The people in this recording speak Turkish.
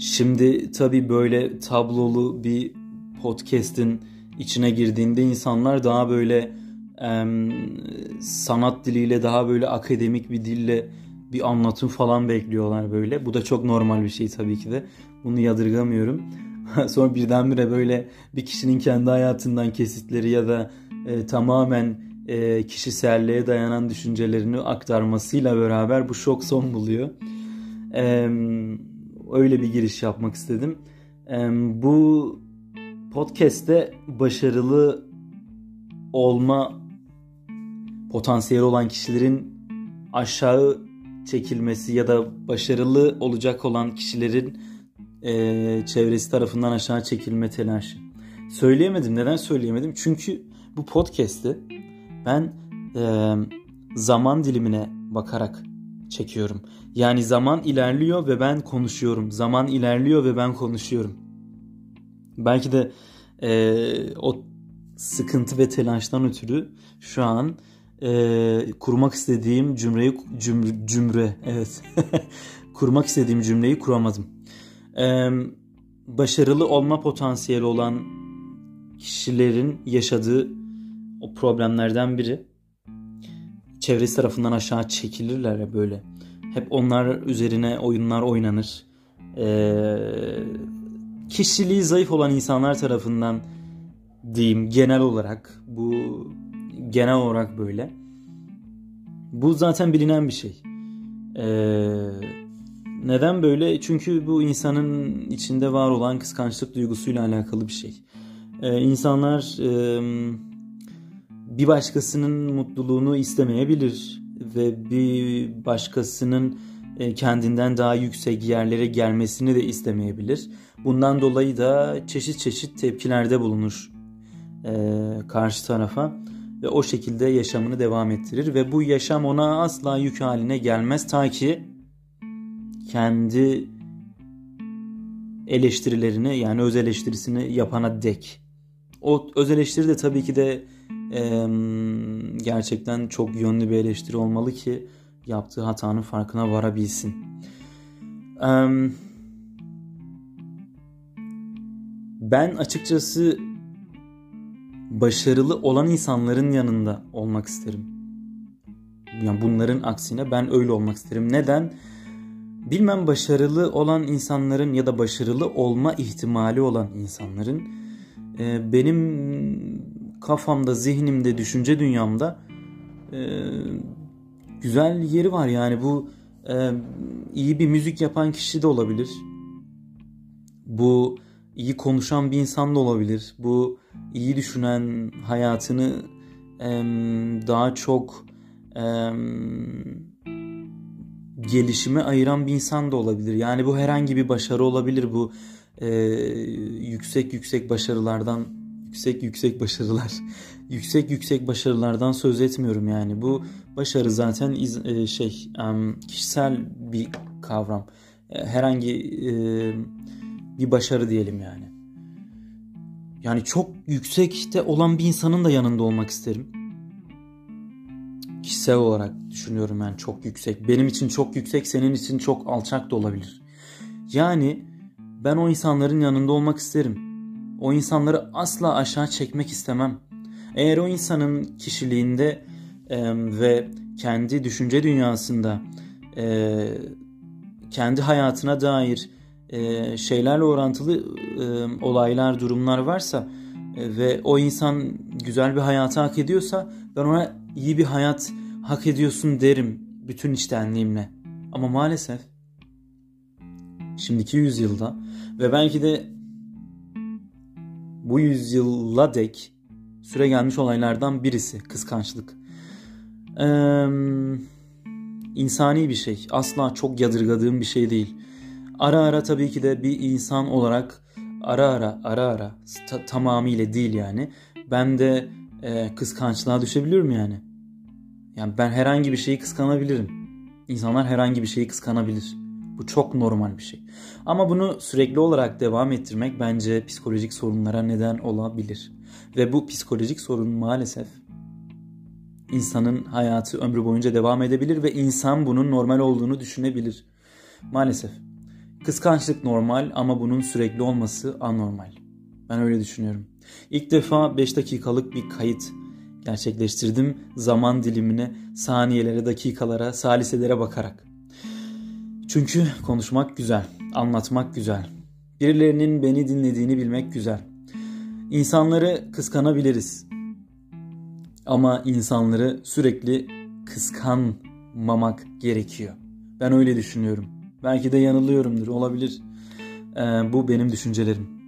Şimdi tabii böyle tablolu bir podcast'in içine girdiğinde insanlar daha böyle sanat diliyle, daha böyle akademik bir dille bir anlatım falan bekliyorlar böyle. Bu da çok normal bir şey tabii ki de. Bunu yadırgamıyorum. Sonra birdenbire böyle bir kişinin kendi hayatından kesitleri ya da tamamen kişiselliğe dayanan düşüncelerini aktarmasıyla beraber bu şok son buluyor. Öyle bir giriş yapmak istedim. Bu podcast'te başarılı olma potansiyeli olan kişilerin aşağı çekilmesi ya da başarılı olacak olan kişilerin çevresi tarafından aşağı çekilme telaşı. Söyleyemedim. Neden söyleyemedim? Çünkü bu podcast'i ben zaman dilimine bakarak çekiyorum. Yani zaman ilerliyor ve ben konuşuyorum. Zaman ilerliyor ve ben konuşuyorum. Belki de o sıkıntı ve telaştan ötürü şu an kurmak istediğim kurmak istediğim cümleyi kuramadım. Başarılı olma potansiyeli olan kişilerin yaşadığı o problemlerden biri, çevresi tarafından aşağı çekilirler ya böyle. Hep onlar üzerine oyunlar oynanır. Kişiliği zayıf olan insanlar tarafından diyeyim genel olarak. Bu genel olarak böyle. Bu zaten bilinen bir şey. Neden böyle? Çünkü bu insanın içinde var olan kıskançlık duygusuyla alakalı bir şey. İnsanlar bir başkasının mutluluğunu istemeyebilir ve bir başkasının kendinden daha yüksek yerlere gelmesini de istemeyebilir. Bundan dolayı da çeşit çeşit tepkilerde bulunur karşı tarafa ve o şekilde yaşamını devam ettirir ve bu yaşam ona asla yük haline gelmez ta ki kendi eleştirilerini, yani öz eleştirisini yapana dek. O öz eleştiri de tabii ki de gerçekten çok yönlü bir eleştiri olmalı ki yaptığı hatanın farkına varabilsin. Ben açıkçası başarılı olan insanların yanında olmak isterim. Yani bunların aksine ben öyle olmak isterim. Neden? Bilmem, başarılı olan insanların ya da başarılı olma ihtimali olan insanların benim kafamda, zihnimde, düşünce dünyamda güzel yeri var. Yani bu iyi bir müzik yapan kişi de olabilir. Bu iyi konuşan bir insan da olabilir. Bu iyi düşünen, hayatını daha çok gelişime ayıran bir insan da olabilir. Yani bu herhangi bir başarı olabilir. Bu yüksek başarılardan söz etmiyorum yani. Bu başarı zaten kişisel bir kavram. Herhangi bir başarı diyelim yani. Yani çok yüksekte olan bir insanın da yanında olmak isterim. Kişisel olarak düşünüyorum yani, çok yüksek. Benim için çok yüksek, senin için çok alçak da olabilir. Yani ben o insanların yanında olmak isterim. O insanları asla aşağı çekmek istemem. Eğer o insanın kişiliğinde ve kendi düşünce dünyasında kendi hayatına dair şeylerle orantılı olaylar, durumlar varsa ve o insan güzel bir hayatı hak ediyorsa ben ona iyi bir hayat hak ediyorsun derim bütün içtenliğimle. Ama maalesef şimdiki yüzyılda ve belki de bu yüzyıla dek süre gelmiş olaylardan birisi kıskançlık. İnsani bir şey. Asla çok yadırgadığım bir şey değil. Ara ara tabii ki de bir insan olarak ara ara tamamıyla değil yani. Ben de kıskançlığa düşebiliyorum yani. Yani ben herhangi bir şeyi kıskanabilirim. İnsanlar herhangi bir şeyi kıskanabilir. Bu çok normal bir şey. Ama bunu sürekli olarak devam ettirmek bence psikolojik sorunlara neden olabilir. Ve bu psikolojik sorun maalesef insanın hayatı ömrü boyunca devam edebilir ve insan bunun normal olduğunu düşünebilir. Maalesef. Kıskançlık normal ama bunun sürekli olması anormal. Ben öyle düşünüyorum. İlk defa 5 dakikalık bir kayıt gerçekleştirdim. Zaman dilimine, saniyelere, dakikalara, saliselere bakarak. Çünkü konuşmak güzel, anlatmak güzel. Birilerinin beni dinlediğini bilmek güzel. İnsanları kıskanabiliriz. Ama insanları sürekli kıskanmamak gerekiyor. Ben öyle düşünüyorum. Belki de yanılıyorumdur, olabilir. Bu benim düşüncelerim.